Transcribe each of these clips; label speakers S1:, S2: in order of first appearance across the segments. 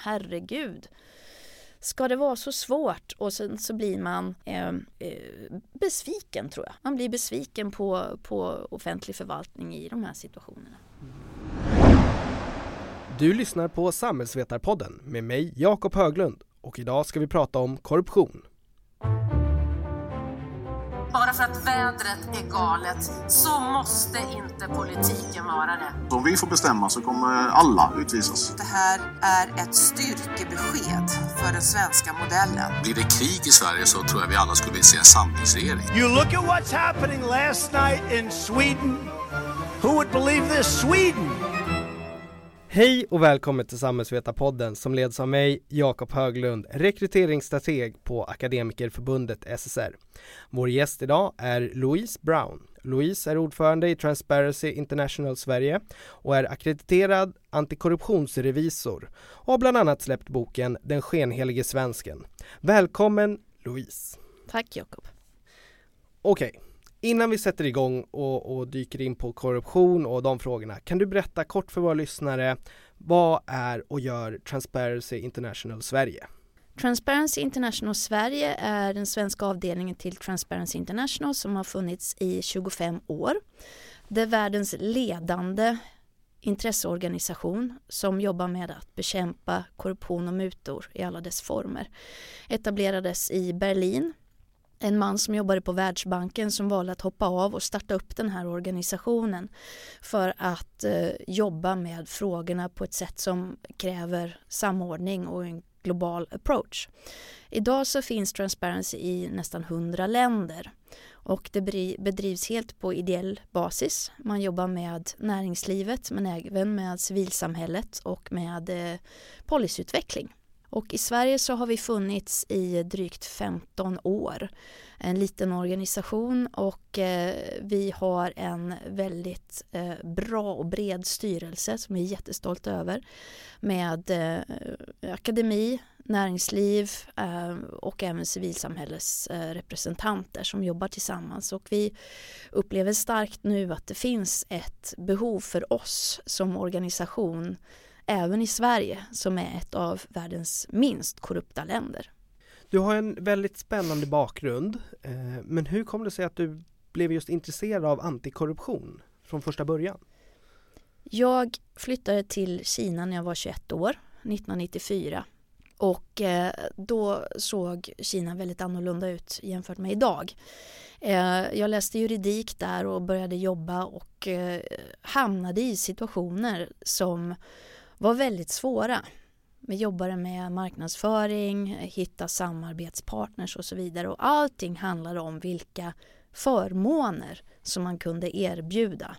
S1: herregud, ska det vara så svårt? Och sen så blir man besviken, tror jag. Man blir besviken på offentlig förvaltning i de här situationerna.
S2: Du lyssnar på Samhällsvetarpodden med mig, Jakob Höglund. Och idag ska vi prata om korruption.
S3: Bara för att vädret är galet så måste inte politiken vara det.
S4: Om vi får bestämma så kommer alla utvisas.
S3: Det här är ett styrkebesked för den svenska modellen.
S5: Blir det krig i Sverige så tror jag vi alla skulle vilja se en samlingsregering.
S6: You look at what's happening last night in Sweden. Who would believe this? Sweden!
S2: Hej och välkommen till Samhällsvetarpodden som leds av mig, Jakob Höglund, rekryteringsstrateg på Akademikerförbundet SSR. Vår gäst idag är Louise Brown. Louise är ordförande i Transparency International Sverige och är akkrediterad antikorruptionsrevisor och har bland annat släppt boken Den skenhelige svensken. Välkommen Louise.
S1: Tack Jakob.
S2: Okej. Innan vi sätter igång och dyker in på korruption och de frågorna, kan du berätta kort för våra lyssnare, vad är och gör Transparency International Sverige?
S1: Transparency International Sverige är den svenska avdelningen till Transparency International som har funnits i 25 år. Det är världens ledande intresseorganisation som jobbar med att bekämpa korruption och mutor i alla dess former. Etablerades i Berlin. En man som jobbade på Världsbanken som valde att hoppa av och starta upp den här organisationen för att jobba med frågorna på ett sätt som kräver samordning och en global approach. Idag så finns Transparency i nästan 100 länder och det bedrivs helt på ideell basis. Man jobbar med näringslivet men även med civilsamhället och med policyutveckling. Och i Sverige så har vi funnits i drygt 15 år. En liten organisation och vi har en väldigt bra och bred styrelse som vi är jättestolt över. Med akademi, näringsliv och även civilsamhällets representanter som jobbar tillsammans. Och vi upplever starkt nu att det finns ett behov för oss som organisation även i Sverige som är ett av världens minst korrupta länder.
S2: Du har en väldigt spännande bakgrund, men hur kom det sig att du blev just intresserad av antikorruption från första början? Jag
S1: flyttade till Kina när jag var 21 år, 1994. Och då såg Kina väldigt annorlunda ut jämfört med idag. Jag läste juridik där och började jobba och hamnade i situationer som var väldigt svåra. Vi jobbade med marknadsföring, hitta samarbetspartners och så vidare. Och allting handlade om vilka förmåner som man kunde erbjuda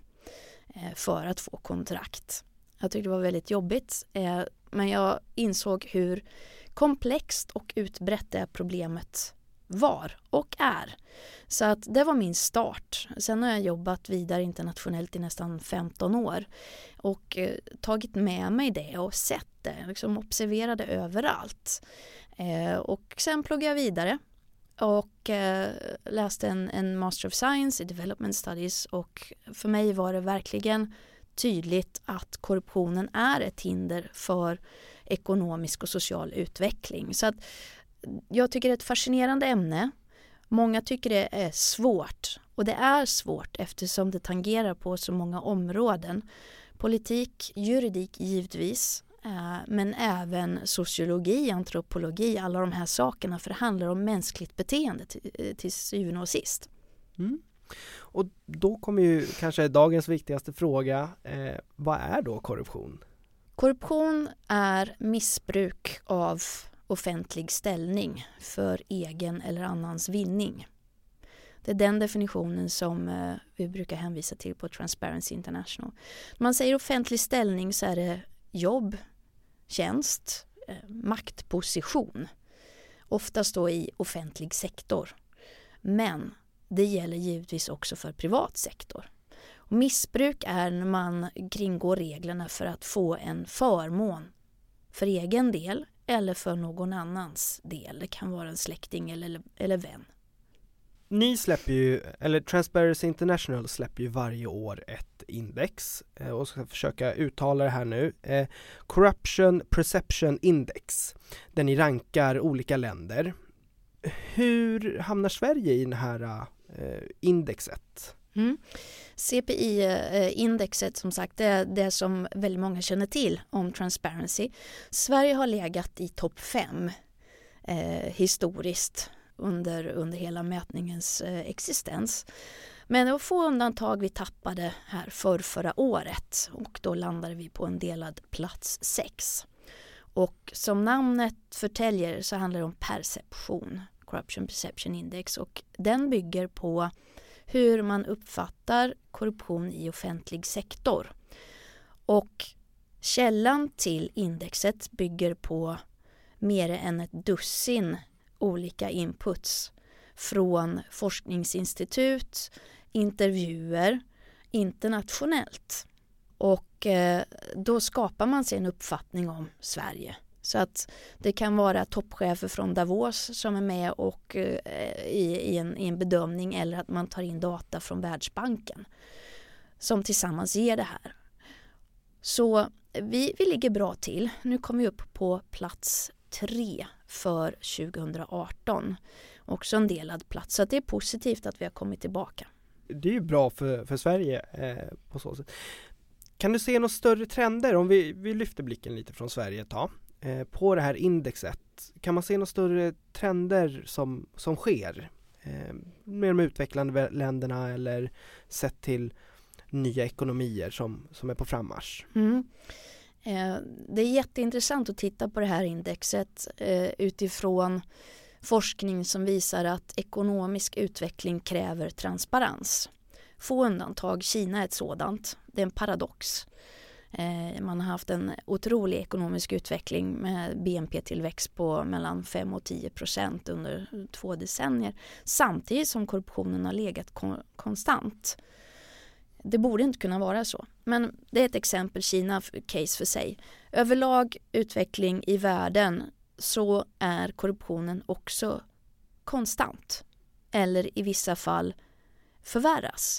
S1: för att få kontrakt. Jag tyckte det var väldigt jobbigt. Men jag insåg hur komplext och utbrett det problemet var och är. Så att det var min start. Sen har jag jobbat vidare internationellt i nästan 15 år och tagit med mig det och sett det, liksom observerade överallt. Och sen pluggade jag vidare och läste en Master of Science i Development Studies och för mig var det verkligen tydligt att korruptionen är ett hinder för ekonomisk och social utveckling. Så att jag tycker det är ett fascinerande ämne. Många tycker det är svårt och det är svårt eftersom det tangerar på så många områden. Politik, juridik givetvis, men även sociologi, antropologi, alla de här sakerna för det handlar om mänskligt beteende till syvende och sist.
S2: Mm. Och då kommer ju kanske dagens viktigaste fråga, vad är då korruption?
S1: Korruption är missbruk av offentlig ställning för egen eller annans vinning. Det är den definitionen som vi brukar hänvisa till på Transparency International. När man säger offentlig ställning så är det jobb, tjänst, maktposition. Oftast då i offentlig sektor. Men det gäller givetvis också för privat sektor. Och missbruk är när man kringgår reglerna för att få en förmån för egen del eller för någon annans del. Det kan vara en släkting eller vän.
S2: Ni släpper ju, eller Transparency International släpper ju varje år ett index och ska försöka uttala det här nu. Corruption Perception Index, där ni rankar olika länder. Hur hamnar Sverige i den här indexet?
S1: CPI-indexet, som sagt, det är det som väldigt många känner till om transparency. Sverige har legat i topp 5 historiskt under hela mätningens existens. Men det var få undantag vi tappade här förra året, och då landade vi på en delad plats 6. Och som namnet förtäljer så handlar det om perception, Corruption Perception Index, och den bygger på hur man uppfattar korruption i offentlig sektor. Och källan till indexet bygger på mer än ett dussin olika inputs från forskningsinstitut, intervjuer, internationellt. Och då skapar man sig en uppfattning om Sverige. Så att det kan vara toppchefer från Davos som är med och i en bedömning, eller att man tar in data från Världsbanken som tillsammans ger det här. Så vi ligger bra till. Nu kommer vi upp på plats 3 för 2018. Också en delad plats. Så att det är positivt att vi har kommit tillbaka.
S2: Det är ju bra för Sverige på så sätt. Kan du se några större trender om vi lyfter blicken lite från Sverige ett tag? På det här indexet, kan man se några större trender som sker med de utvecklande länderna eller sett till nya ekonomier som är på frammarsch?
S1: Det är jätteintressant att titta på det här indexet utifrån forskning som visar att ekonomisk utveckling kräver transparens. Få undantag, Kina är ett sådant. Det är en paradox. Man har haft en otrolig ekonomisk utveckling med BNP-tillväxt på mellan 5 och 10% under 2 decennier. Samtidigt som korruptionen har legat konstant. Det borde inte kunna vara så. Men det är ett exempel, Kina case för sig. Överlag utveckling i världen så är korruptionen också konstant. Eller i vissa fall förvärras.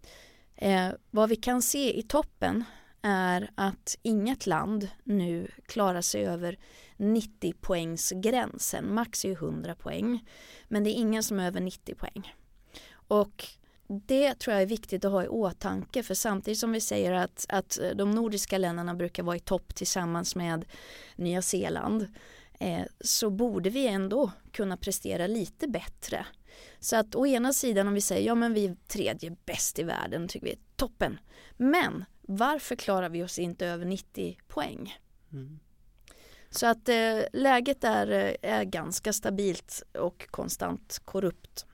S1: Vad vi kan se i toppen är att inget land nu klarar sig över 90-poängsgränsen. Max är 100 poäng, men det är ingen som är över 90 poäng. Och det tror jag är viktigt att ha i åtanke, för samtidigt som vi säger att de nordiska länderna brukar vara i topp tillsammans med Nya Zeeland, så borde vi ändå kunna prestera lite bättre. Så att å ena sidan om vi säger ja men vi är 3:e bäst i världen, tycker vi är toppen. Men varför klarar vi oss inte över 90 poäng? Så att läget är ganska stabilt och konstant korrupt.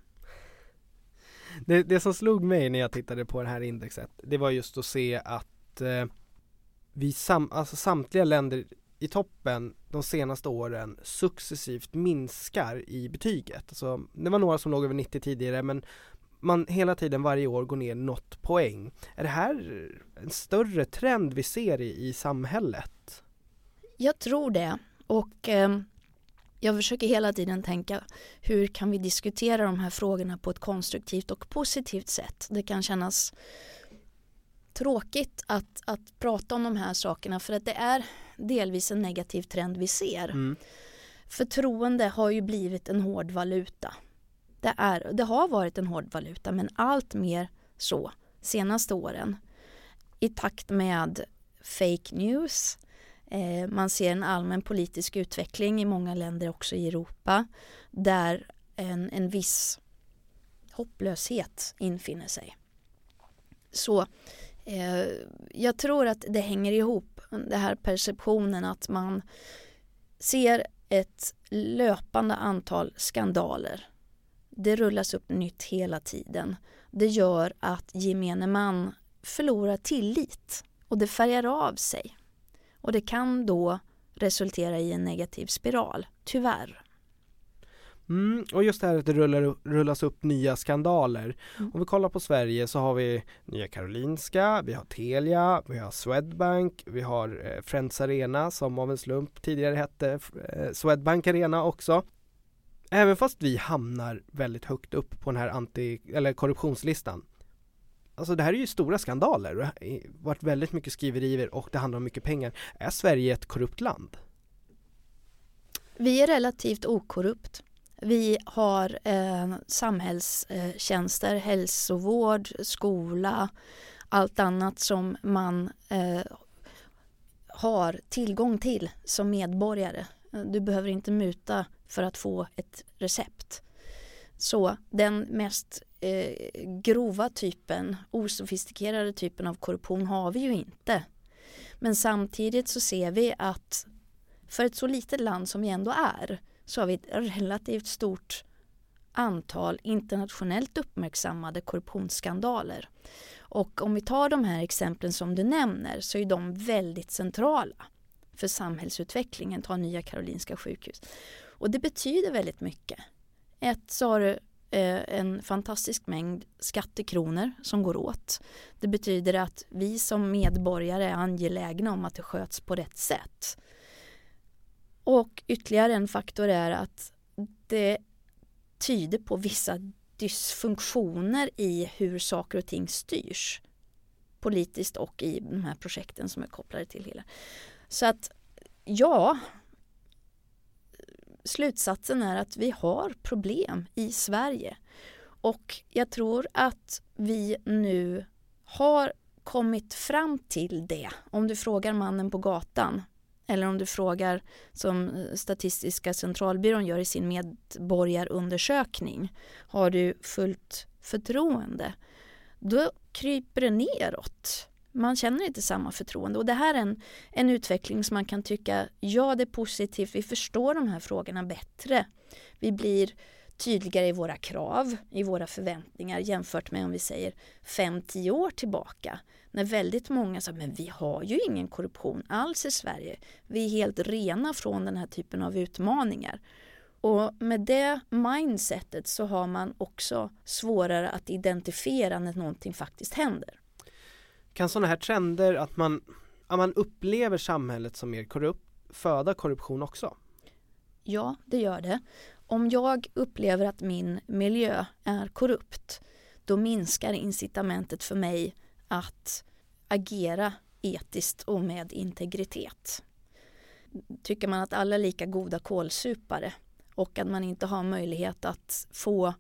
S2: Det som slog mig när jag tittade på det här indexet, det var just att se att samtliga länder i toppen de senaste åren successivt minskar i betyget. Alltså, det var några som låg över 90 tidigare, men man hela tiden varje år går ner något poäng. Är det här en större trend vi ser i samhället?
S1: Jag tror det, och jag försöker hela tiden tänka hur kan vi diskutera de här frågorna på ett konstruktivt och positivt sätt. Det kan kännas tråkigt att prata om de här sakerna, för att det är delvis en negativ trend vi ser. Förtroende har ju blivit en hård valuta. Det har varit en hård valuta, men allt mer så senaste åren. I takt med fake news. Man ser en allmän politisk utveckling i många länder, också i Europa, där en viss hopplöshet infinner sig. Så jag tror att det hänger ihop, det här perceptionen att man ser ett löpande antal skandaler. Det rullas upp nytt hela tiden. Det gör att gemene man förlorar tillit och det färgar av sig. Och det kan då resultera i en negativ spiral, tyvärr.
S2: Och just det här att det rullas upp nya skandaler. Om vi kollar på Sverige så har vi Nya Karolinska, vi har Telia, vi har Swedbank, vi har Friends Arena som av en slump tidigare hette Swedbank Arena också. Även fast vi hamnar väldigt högt upp på den här korruptionslistan. alltså det här är ju stora skandaler. Det har varit väldigt mycket skriverier och det handlar om mycket pengar. Är Sverige ett korrupt land?
S1: Vi är relativt okorrupt. Vi har samhällstjänster, hälsovård, skola, allt annat som man har tillgång till som medborgare. Du behöver inte muta för att få ett recept. Så den mest grova typen, osofistikerade typen av korruption har vi ju inte. Men samtidigt så ser vi att för ett så litet land som vi ändå är så har vi ett relativt stort antal internationellt uppmärksammade korruptionsskandaler. Och om vi tar de här exemplen som du nämner så är de väldigt centrala för samhällsutvecklingen. Ta Nya Karolinska sjukhus. Och det betyder väldigt mycket. Så har du en fantastisk mängd skattekronor som går åt. Det betyder att vi som medborgare är angelägna om att det sköts på rätt sätt. Och ytterligare en faktor är att det tyder på vissa dysfunktioner i hur saker och ting styrs politiskt och i de här projekten som är kopplade till hela. Så att ja, slutsatsen är att vi har problem i Sverige och jag tror att vi nu har kommit fram till det. Om du frågar mannen på gatan eller om du frågar som Statistiska centralbyrån gör i sin medborgarundersökning, har du fullt förtroende? Då kryper det neråt. Man känner inte samma förtroende och det här är en utveckling som man kan tycka, ja det är positivt, vi förstår de här frågorna bättre. Vi blir tydligare i våra krav, i våra förväntningar jämfört med om vi säger 5-10 år tillbaka. När väldigt många sa, men vi har ju ingen korruption alls i Sverige. Vi är helt rena från den här typen av utmaningar. Och med det mindsetet så har man också svårare att identifiera när någonting faktiskt händer.
S2: Kan sådana här trender att man upplever samhället som mer korrupt föda korruption också?
S1: Ja, det gör det. Om jag upplever att min miljö är korrupt, då minskar incitamentet för mig att agera etiskt och med integritet. Tycker man att alla är lika goda kålsupare och att man inte har möjlighet att få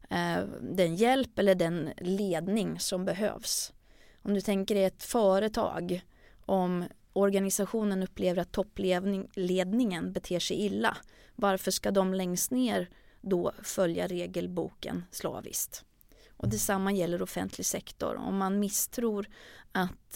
S1: den hjälp eller den ledning som behövs. Om du tänker dig ett företag, om organisationen upplever att toppledningen beter sig illa, varför ska de längst ner då följa regelboken slaviskt? Och detsamma gäller offentlig sektor. Om man misstror att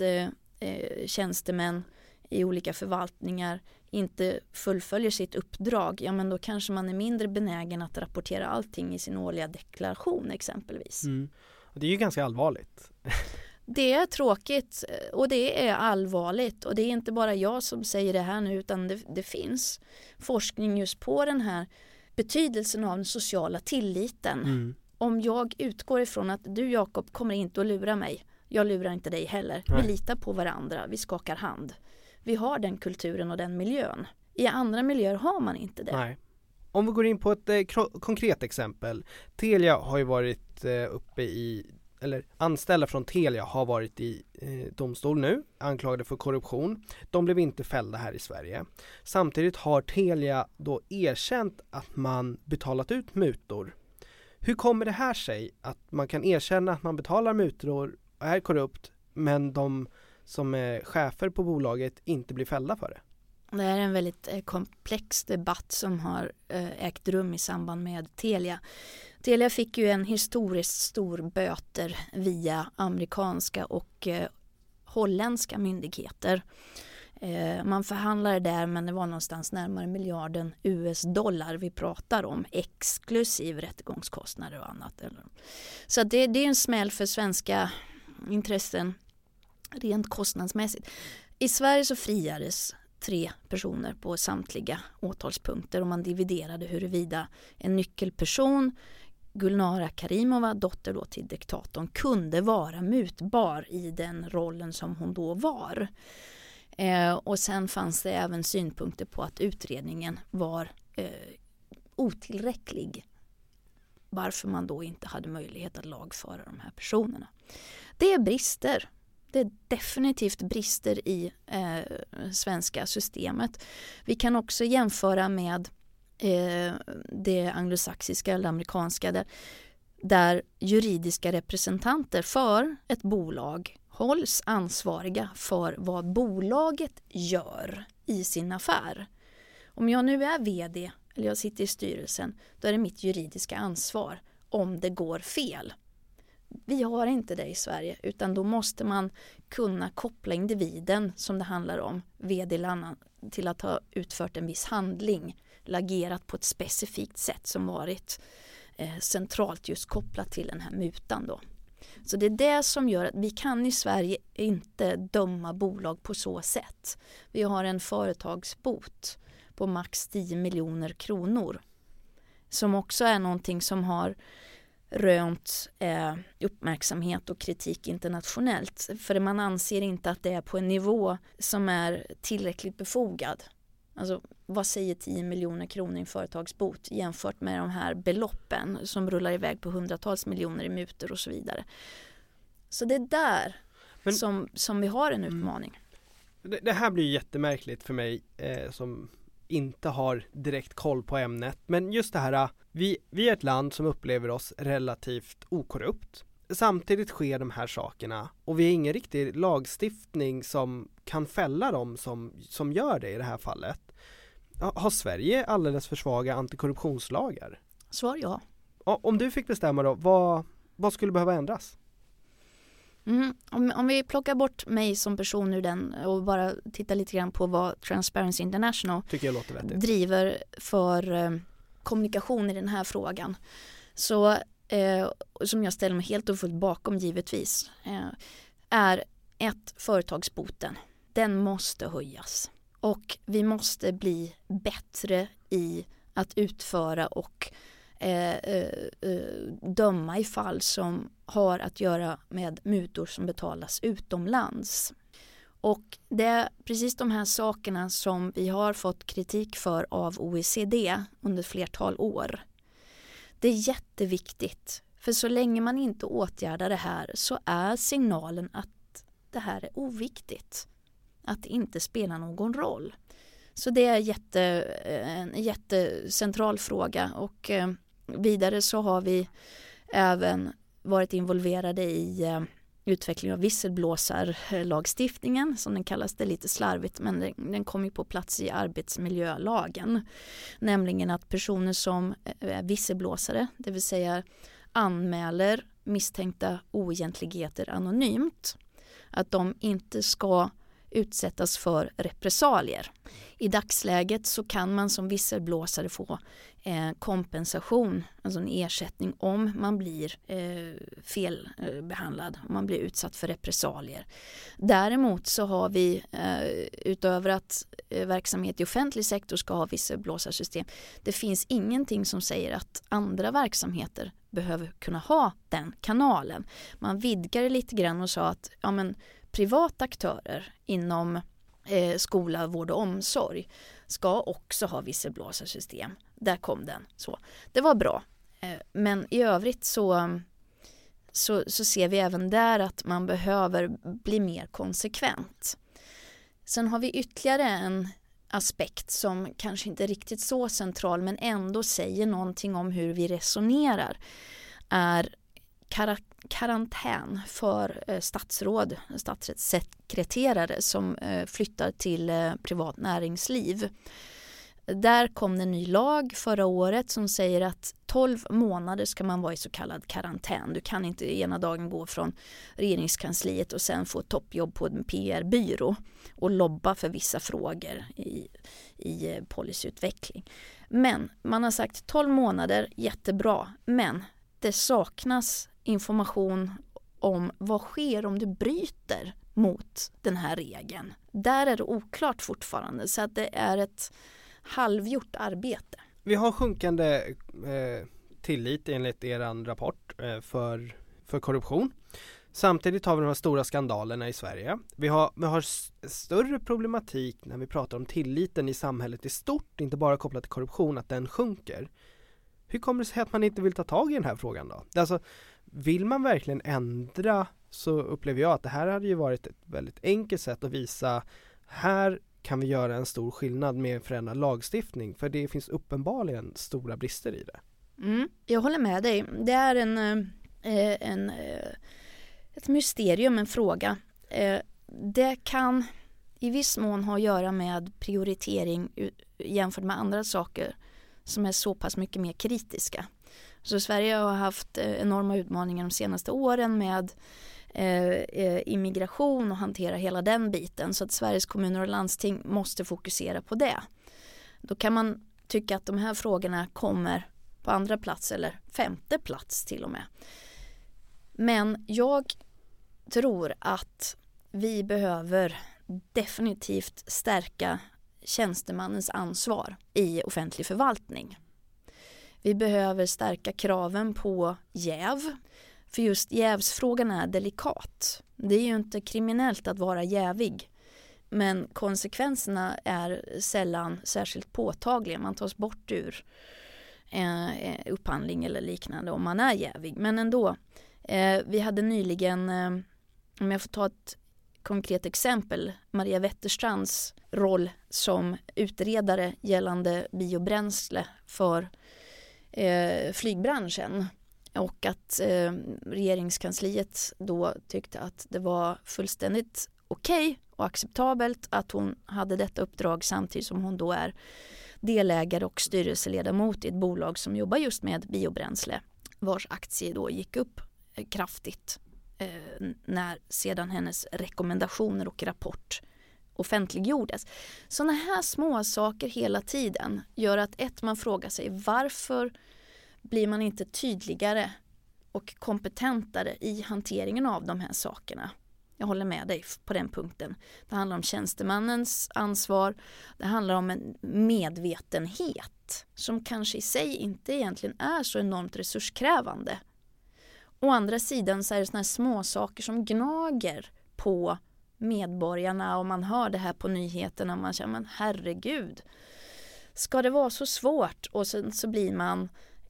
S1: tjänstemän i olika förvaltningar inte fullföljer sitt uppdrag, ja men då kanske man är mindre benägen att rapportera allting i sin årliga deklaration exempelvis.
S2: Och det är ju ganska allvarligt.
S1: Det är tråkigt och det är allvarligt och det är inte bara jag som säger det här nu utan det finns forskning just på den här betydelsen av den sociala tilliten. Om jag utgår ifrån att du Jakob kommer inte att lura mig, jag lurar inte dig heller. Nej. Vi litar på varandra, vi skakar hand. Vi har den kulturen och den miljön. I andra miljöer har man inte det. Nej.
S2: Om vi går in på ett konkret exempel. Telia har ju varit anställda från Telia har varit i domstol nu, anklagade för korruption. De blev inte fällda här i Sverige. Samtidigt har Telia då erkänt att man betalat ut mutor. Hur kommer det här sig att man kan erkänna att man betalar mutor och är korrupt, men de som är chefer på bolaget inte blir fällda för det?
S1: Det är en väldigt komplex debatt som har ägt rum i samband med Telia. Telia fick ju en historiskt stor böter via amerikanska och holländska myndigheter. Man förhandlade där, men det var någonstans närmare miljarden US-dollar vi pratar om, exklusiv rättegångskostnader och annat. Så det är en smäll för svenska intressen rent kostnadsmässigt. I Sverige så friades 3 personer på samtliga åtalspunkter och man dividerade huruvida en nyckelperson, Gulnara Karimova, dotter då till diktatorn, kunde vara mutbar i den rollen som hon då var. Och sen fanns det även synpunkter på att utredningen var otillräcklig. varför man då inte hade möjlighet att lagföra de här personerna. Det är brister. Det är definitivt brister i svenska systemet. Vi kan också jämföra med det anglosaxiska eller amerikanska där juridiska representanter för ett bolag hålls ansvariga för vad bolaget gör i sin affär. Om jag nu är vd eller jag sitter i styrelsen, då är det mitt juridiska ansvar om det går fel. Vi har inte det i Sverige, utan då måste man kunna koppla individen som det handlar om, vd eller annan, till att ha utfört en viss handling, eller agerat på ett specifikt sätt som varit centralt just kopplat till den här mutan då. Så det är det som gör att vi kan i Sverige inte döma bolag på så sätt. Vi har en företagsbot på max 10 miljoner kronor som också är någonting som har rönt uppmärksamhet och kritik internationellt. För man anser inte att det är på en nivå som är tillräckligt befogad. Alltså vad säger 10 miljoner kronor i en företagsbot jämfört med de här beloppen som rullar iväg på hundratals miljoner i mutor och så vidare. Så det är där som vi har en utmaning.
S2: Det här blir jättemärkligt för mig som inte har direkt koll på ämnet. Men just det här, vi är ett land som upplever oss relativt okorrupt. Samtidigt sker de här sakerna och vi har ingen riktig lagstiftning som kan fälla dem som gör det i det här fallet. Har Sverige alldeles för svaga antikorruptionslagar?
S1: Svar ja.
S2: Om du fick bestämma då, vad skulle behöva ändras?
S1: Om vi plockar bort mig som person ur den och bara tittar lite grann på vad Transparency International
S2: tycker jag låter vettigt.
S1: Driver för kommunikation i den här frågan. Så som jag ställer mig helt och fullt bakom givetvis är företagsboten. Den måste höjas. Och vi måste bli bättre i att utföra och döma i fall som har att göra med mutor som betalas utomlands. Och det är precis de här sakerna som vi har fått kritik för av OECD under flertal år. Det är jätteviktigt, för så länge man inte åtgärdar det här så är signalen att det här är oviktigt. Att det inte spelar någon roll. Så det är en jättecentral fråga och vidare så har vi även varit involverade i utveckling av visselblåsarlagstiftningen som den kallas, det lite slarvigt men den kommer på plats i arbetsmiljölagen. Nämligen att personer som är visselblåsare, det vill säga anmäler misstänkta oegentligheter anonymt, att de inte ska utsättas för repressalier. I dagsläget så kan man som visselblåsare få kompensation, alltså en ersättning om man blir felbehandlad, om man blir utsatt för repressalier. Däremot så har vi utöver att verksamhet i offentlig sektor ska ha visselblåsarsystem, det finns ingenting som säger att andra verksamheter behöver kunna ha den kanalen. Man vidgar det lite grann och sa att privata aktörer inom skola, vård och omsorg ska också ha visselblåsarsystem. Där kom den. Så det var bra. Men i övrigt så ser vi även där att man behöver bli mer konsekvent. Sen har vi ytterligare en aspekt som kanske inte är riktigt så central men ändå säger någonting om hur vi resonerar, är karantän för statssekreterare som flyttar till privat näringsliv. Där kom det en ny lag förra året som säger att 12 månader ska man vara i så kallad karantän. Du kan inte ena dagen gå från regeringskansliet och sen få toppjobb på en PR-byrå och lobba för vissa frågor i policyutveckling. Men man har sagt 12 månader, jättebra, men det saknas information om vad sker om du bryter mot den här regeln. Där är det oklart fortfarande, så att det är ett halvgjort arbete.
S2: Vi har sjunkande tillit enligt er rapport för korruption. Samtidigt har vi de här stora skandalerna i Sverige. Vi har större problematik när vi pratar om tilliten i samhället i stort, inte bara kopplat till korruption, att den sjunker. Hur kommer det sig att man inte vill ta tag i den här frågan då? Alltså, vill man verkligen ändra, så upplever jag att det här hade ju varit ett väldigt enkelt sätt att visa, här kan vi göra en stor skillnad med förändrad lagstiftning, för det finns uppenbarligen stora brister i det.
S1: Jag håller med dig. Det är ett mysterium, en fråga. Det kan i viss mån ha att göra med prioritering jämfört med andra saker som är så pass mycket mer kritiska. Så Sverige har haft enorma utmaningar de senaste åren med immigration och hantera hela den biten, så att Sveriges kommuner och landsting måste fokusera på det. Då kan man tycka att de här frågorna kommer på andra plats eller 5:e plats till och med. Men jag tror att vi behöver definitivt stärka tjänstemannens ansvar i offentlig förvaltning. Vi behöver stärka kraven på jäv, för just jävsfrågan är delikat. Det är ju inte kriminellt att vara jävig, men konsekvenserna är sällan särskilt påtagliga. Man tas bort ur upphandling eller liknande om man är jävig. Men ändå, vi hade nyligen, om jag får ta ett konkret exempel, Maria Wetterstrands roll som utredare gällande biobränsle för flygbranschen, och att regeringskansliet då tyckte att det var fullständigt okej och acceptabelt att hon hade detta uppdrag samtidigt som hon då är delägare och styrelseledamot i ett bolag som jobbar just med biobränsle, vars aktie då gick upp kraftigt när sedan hennes rekommendationer och rapport offentliggjordes. Sådana här små saker hela tiden gör att man frågar sig, varför blir man inte tydligare och kompetentare i hanteringen av de här sakerna? Jag håller med dig på den punkten. Det handlar om tjänstemannens ansvar. Det handlar om en medvetenhet som kanske i sig inte egentligen är så enormt resurskrävande. Å andra sidan så är det såna här små saker som gnager på medborgarna, och man hör det här på nyheterna och man känner, men herregud, ska det vara så svårt? Och sen så blir man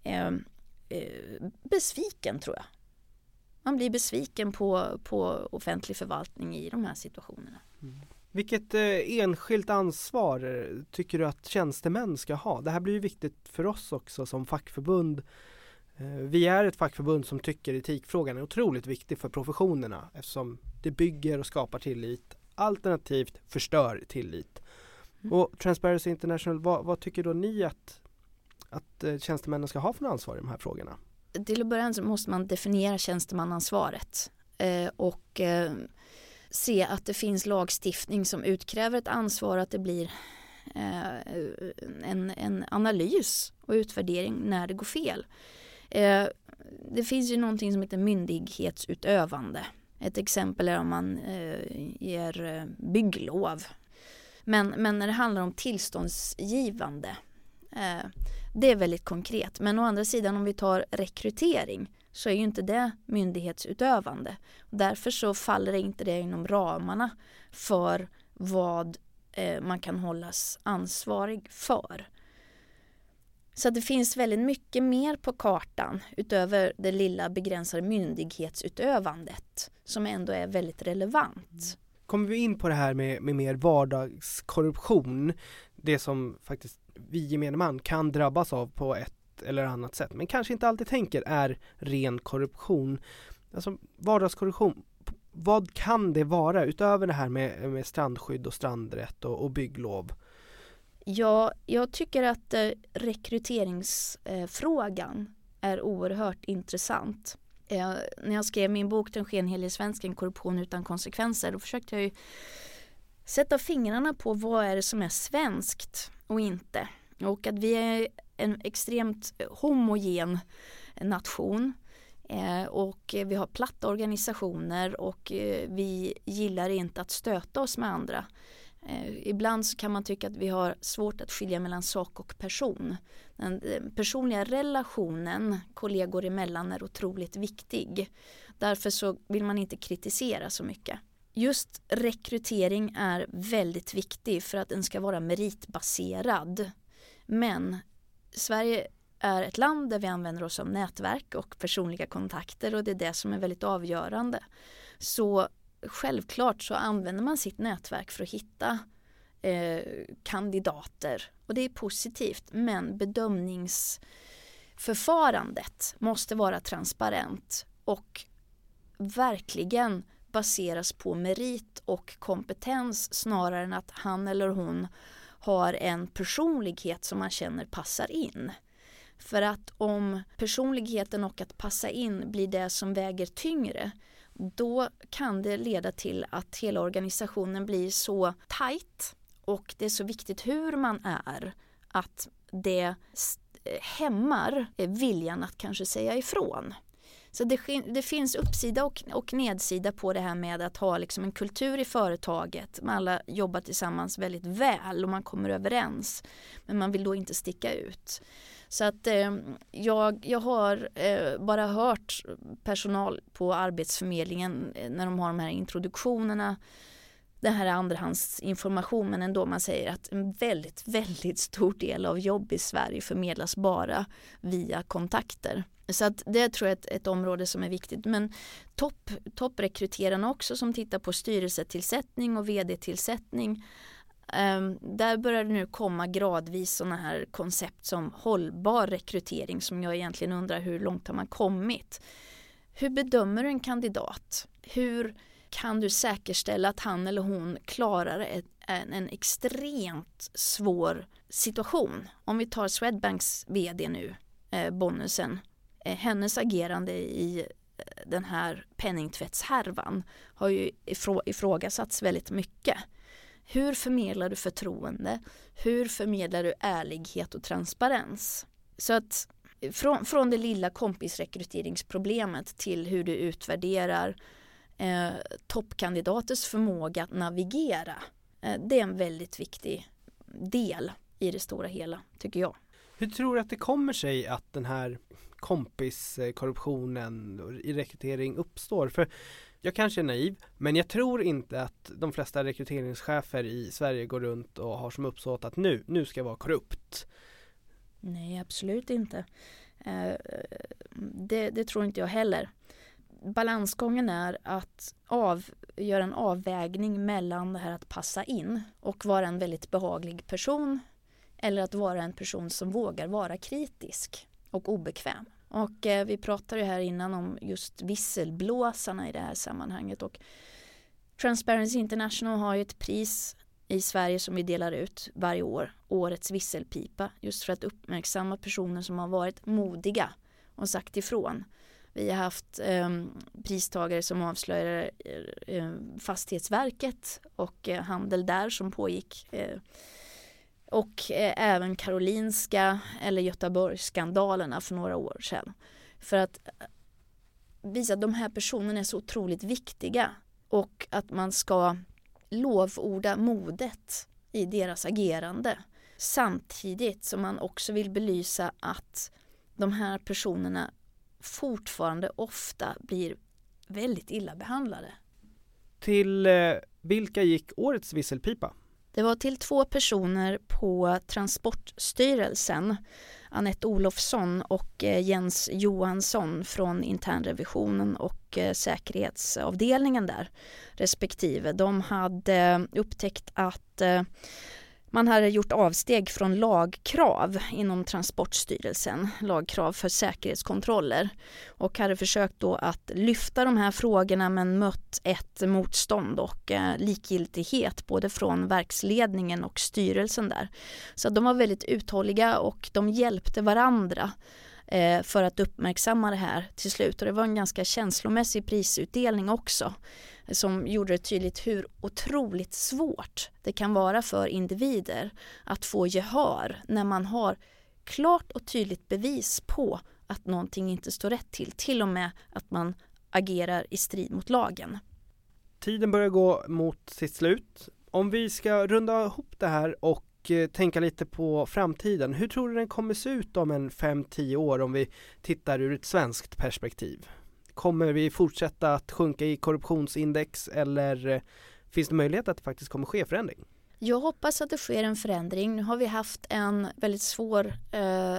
S1: besviken, tror jag. Man blir besviken på offentlig förvaltning i de här situationerna.
S2: Vilket enskilt ansvar tycker du att tjänstemän ska ha? Det här blir ju viktigt för oss också som fackförbund. Vi är ett fackförbund som tycker etikfrågan är otroligt viktig för professionerna, eftersom det bygger och skapar tillit, alternativt förstör tillit. Och Transparency International, vad tycker då ni att tjänstemännen ska ha för ansvar i de här frågorna?
S1: Till att börja så måste man definiera tjänstemannaansvaret och se att det finns lagstiftning som utkräver ett ansvar, att det blir en analys och utvärdering när det går fel. Det finns ju någonting som heter myndighetsutövande. Ett exempel är om man ger bygglov. Men när det handlar om tillståndsgivande, det är väldigt konkret. Men å andra sidan, om vi tar rekrytering, så är ju inte det myndighetsutövande. Därför så faller det inte det inom ramarna för vad man kan hållas ansvarig för. Så det finns väldigt mycket mer på kartan utöver det lilla begränsade myndighetsutövandet som ändå är väldigt relevant.
S2: Kommer vi in på det här med mer vardagskorruption, det som faktiskt vi gemene man kan drabbas av på ett eller annat sätt, men kanske inte alltid tänker är ren korruption. Alltså vardagskorruption, vad kan det vara utöver det här med strandskydd och strandrätt och bygglov?
S1: Ja, jag tycker att rekryteringsfrågan är oerhört intressant. När jag skrev min bok Den skenhelige svensken, korruption utan konsekvenser, då försökte jag ju sätta fingrarna på vad är det som är svenskt och inte. Och att vi är en extremt homogen nation. Och vi har platta organisationer och vi gillar inte att stöta oss med andra. Ibland så kan man tycka att vi har svårt att skilja mellan sak och person. Den personliga relationen kollegor emellan är otroligt viktig. Därför så vill man inte kritisera så mycket. Just rekrytering är väldigt viktig för att den ska vara meritbaserad. Men Sverige är ett land där vi använder oss av nätverk och personliga kontakter, och det är det som är väldigt avgörande. Så självklart så använder man sitt nätverk för att hitta kandidater, och det är positivt, men bedömningsförfarandet måste vara transparent och verkligen baseras på merit och kompetens snarare än att han eller hon har en personlighet som man känner passar in. För att om personligheten och att passa in blir det som väger tyngre, då kan det leda till att hela organisationen blir så tajt, och det är så viktigt hur man är att det hämmar viljan att kanske säga ifrån. Så det finns uppsida och nedsida på det här med att ha liksom en kultur i företaget. Man alla jobbar tillsammans väldigt väl och man kommer överens. Men man vill då inte sticka ut. Så att jag har bara hört personal på Arbetsförmedlingen när de har de här introduktionerna. Det här är andrahandsinformation, men ändå man säger att en väldigt, väldigt stor del av jobb i Sverige förmedlas bara via kontakter. Så att det tror jag är ett område som är viktigt. Men topprekryterarna också som tittar på styrelsetillsättning och vd-tillsättning. Där börjar det nu komma gradvis sådana här koncept som hållbar rekrytering, som jag egentligen undrar hur långt har man kommit. Hur bedömer du en kandidat? Hur kan du säkerställa att han eller hon klarar en extremt svår situation? Om vi tar Swedbanks vd nu, Bonusen. Hennes agerande i den här penningtvättshärvan har ju ifrågasatts väldigt mycket. Hur förmedlar du förtroende? Hur förmedlar du ärlighet och transparens? Så att från det lilla kompisrekryteringsproblemet till hur du utvärderar toppkandidaters förmåga att navigera. Det är en väldigt viktig del i det stora hela, tycker jag.
S2: Hur tror du att det kommer sig att den här kompiskorruptionen i rekrytering uppstår? För jag kanske är naiv, men jag tror inte att de flesta rekryteringschefer i Sverige går runt och har som uppsåt att nu ska jag vara korrupt.
S1: Nej, absolut inte. Det tror inte jag heller. Balansgången är att göra en avvägning mellan det här att passa in och vara en väldigt behaglig person, eller att vara en person som vågar vara kritisk och obekväm. Och vi pratade ju här innan om just visselblåsarna i det här sammanhanget, och Transparency International har ju ett pris i Sverige som vi delar ut varje år, årets visselpipa, just för att uppmärksamma personer som har varit modiga och sagt ifrån. Vi har haft pristagare som avslöjar Fastighetsverket och handel där som pågick. Och även Karolinska eller Göteborgsskandalerna för några år sedan. För att visa att de här personerna är så otroligt viktiga, och att man ska lovorda modet i deras agerande. Samtidigt som man också vill belysa att de här personerna fortfarande ofta blir väldigt illa behandlade.
S2: Till vilka gick årets visselpipa?
S1: Det var till 2 personer på Transportstyrelsen, Anette Olofsson och Jens Johansson från internrevisionen och säkerhetsavdelningen där respektive. De hade upptäckt att man hade gjort avsteg från lagkrav inom Transportstyrelsen, lagkrav för säkerhetskontroller, och hade försökt då att lyfta de här frågorna, men mött ett motstånd och likgiltighet både från verksledningen och styrelsen där. Så de var väldigt uthålliga och de hjälpte varandra för att uppmärksamma det här till slut. Och det var en ganska känslomässig prisutdelning också, som gjorde det tydligt hur otroligt svårt det kan vara för individer att få gehör när man har klart och tydligt bevis på att någonting inte står rätt till och med att man agerar i strid mot lagen.
S2: Tiden börjar gå mot sitt slut. Om vi ska runda ihop det här och tänka lite på framtiden, hur tror du den kommer se ut om 5-10 år om vi tittar ur ett svenskt perspektiv? Kommer vi fortsätta att sjunka i korruptionsindex, eller finns det möjlighet att det faktiskt kommer ske förändring?
S1: Jag hoppas att det sker en förändring. Nu har vi haft en väldigt svår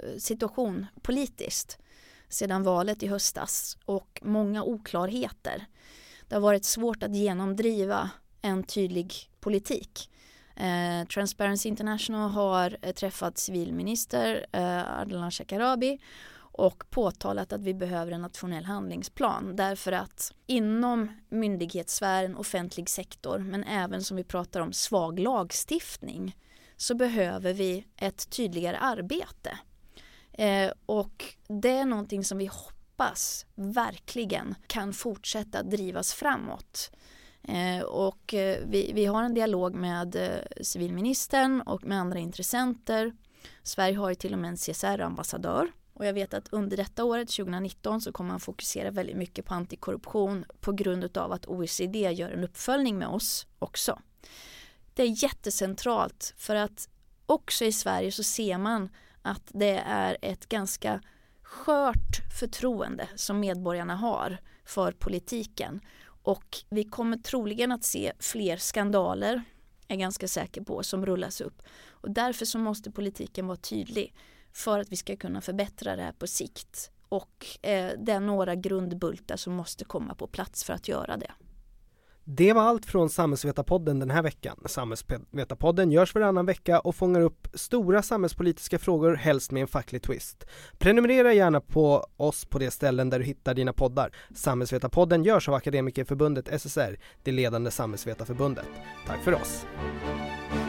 S1: situation politiskt sedan valet i höstas och många oklarheter. Det har varit svårt att genomdriva en tydlig politik. Transparency International har träffat civilminister Ardalan Shekarabi och påtalat att vi behöver en nationell handlingsplan därför att inom myndighetssfären, offentlig sektor, men även som vi pratar om svag lagstiftning, så behöver vi ett tydligare arbete. Och det är någonting som vi hoppas verkligen kan fortsätta drivas framåt. Och vi har en dialog med civilministern och med andra intressenter. Sverige har ju till och med en CSR-ambassadör. Och jag vet att under detta året, 2019, så kommer man fokusera väldigt mycket på antikorruption på grund av att OECD gör en uppföljning med oss också. Det är jättecentralt för att också i Sverige så ser man att det är ett ganska skört förtroende som medborgarna har för politiken. Och vi kommer troligen att se fler skandaler, är jag ganska säker på, som rullas upp. Och därför så måste politiken vara tydlig för att vi ska kunna förbättra det här på sikt. Och det är några grundbultar som måste komma på plats för att göra det.
S2: Det var allt från Samhällsvetarpodden den här veckan. Samhällsvetarpodden görs varannan vecka och fångar upp stora samhällspolitiska frågor, helst med en facklig twist. Prenumerera gärna på oss på de ställen där du hittar dina poddar. Samhällsvetarpodden görs av Akademikerförbundet SSR, det ledande samhällsvetarförbundet. Tack för oss!